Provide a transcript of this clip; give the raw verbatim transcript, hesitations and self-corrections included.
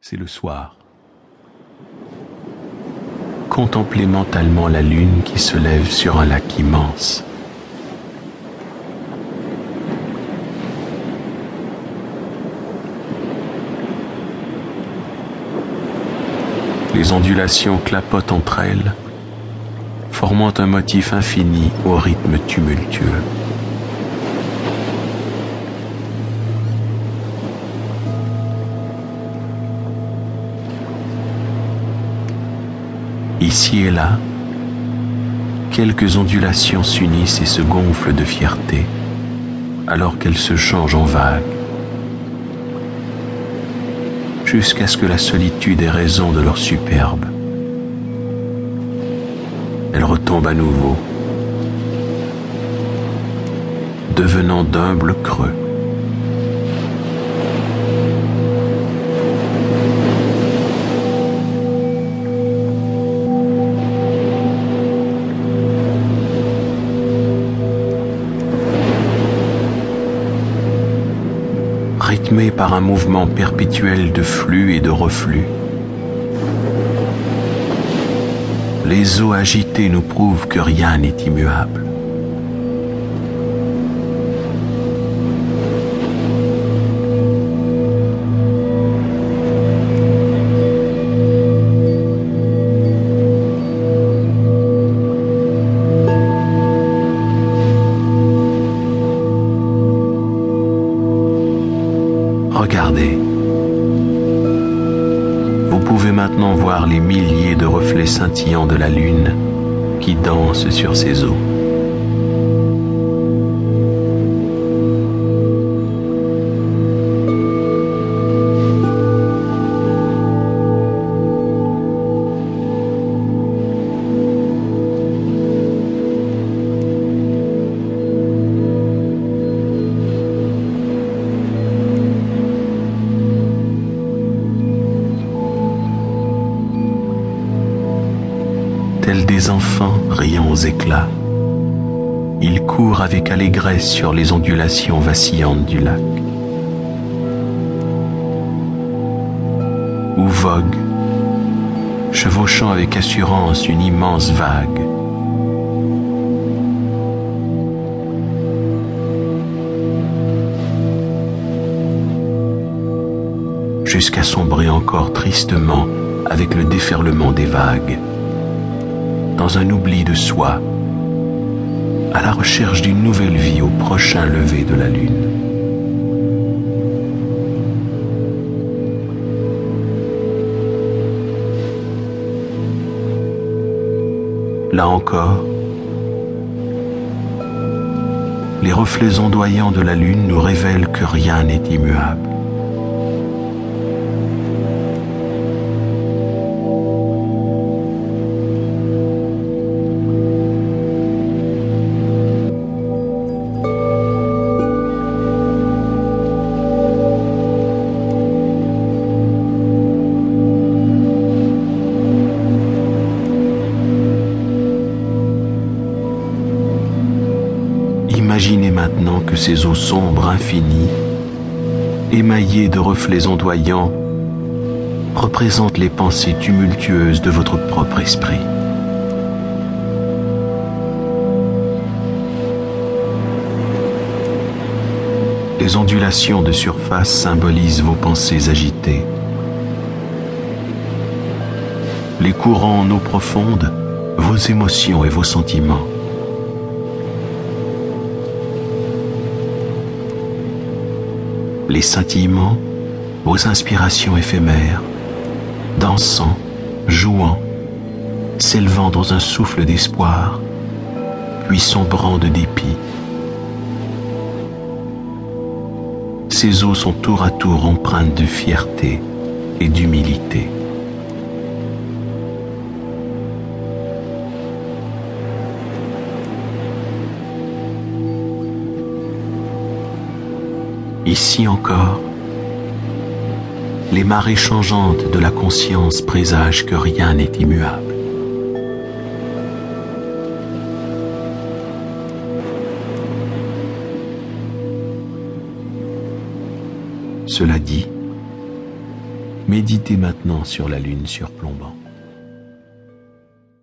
C'est le soir. Contemplez mentalement la lune qui se lève sur un lac immense. Les ondulations clapotent entre elles, formant un motif infini au rythme tumultueux. Ici et là, quelques ondulations s'unissent et se gonflent de fierté, alors qu'elles se changent en vagues, jusqu'à ce que la solitude ait raison de leur superbe. Elles retombent à nouveau, devenant d'humbles creux. Rythmé par un mouvement perpétuel de flux et de reflux. Les eaux agitées nous prouvent que rien n'est immuable. Regardez. Vous pouvez maintenant voir les milliers de reflets scintillants de la lune qui dansent sur ces eaux. Tels des enfants riant aux éclats, ils courent avec allégresse sur les ondulations vacillantes du lac. Ou voguent, chevauchant avec assurance une immense vague. Jusqu'à sombrer encore tristement avec le déferlement des vagues, dans un oubli de soi, à la recherche d'une nouvelle vie au prochain lever de la lune. Là encore, les reflets ondoyants de la lune nous révèlent que rien n'est immuable. Imaginez maintenant que ces eaux sombres infinies, émaillées de reflets ondoyants, représentent les pensées tumultueuses de votre propre esprit. Les ondulations de surface symbolisent vos pensées agitées. Les courants en eau profonde, vos émotions et vos sentiments. Les scintillements, vos inspirations éphémères, dansant, jouant, s'élevant dans un souffle d'espoir, puis sombrant de dépit. Ces eaux sont tour à tour empreintes de fierté et d'humilité. Ici encore, les marées changeantes de la conscience présagent que rien n'est immuable. Cela dit, Méditez maintenant sur la lune surplombant.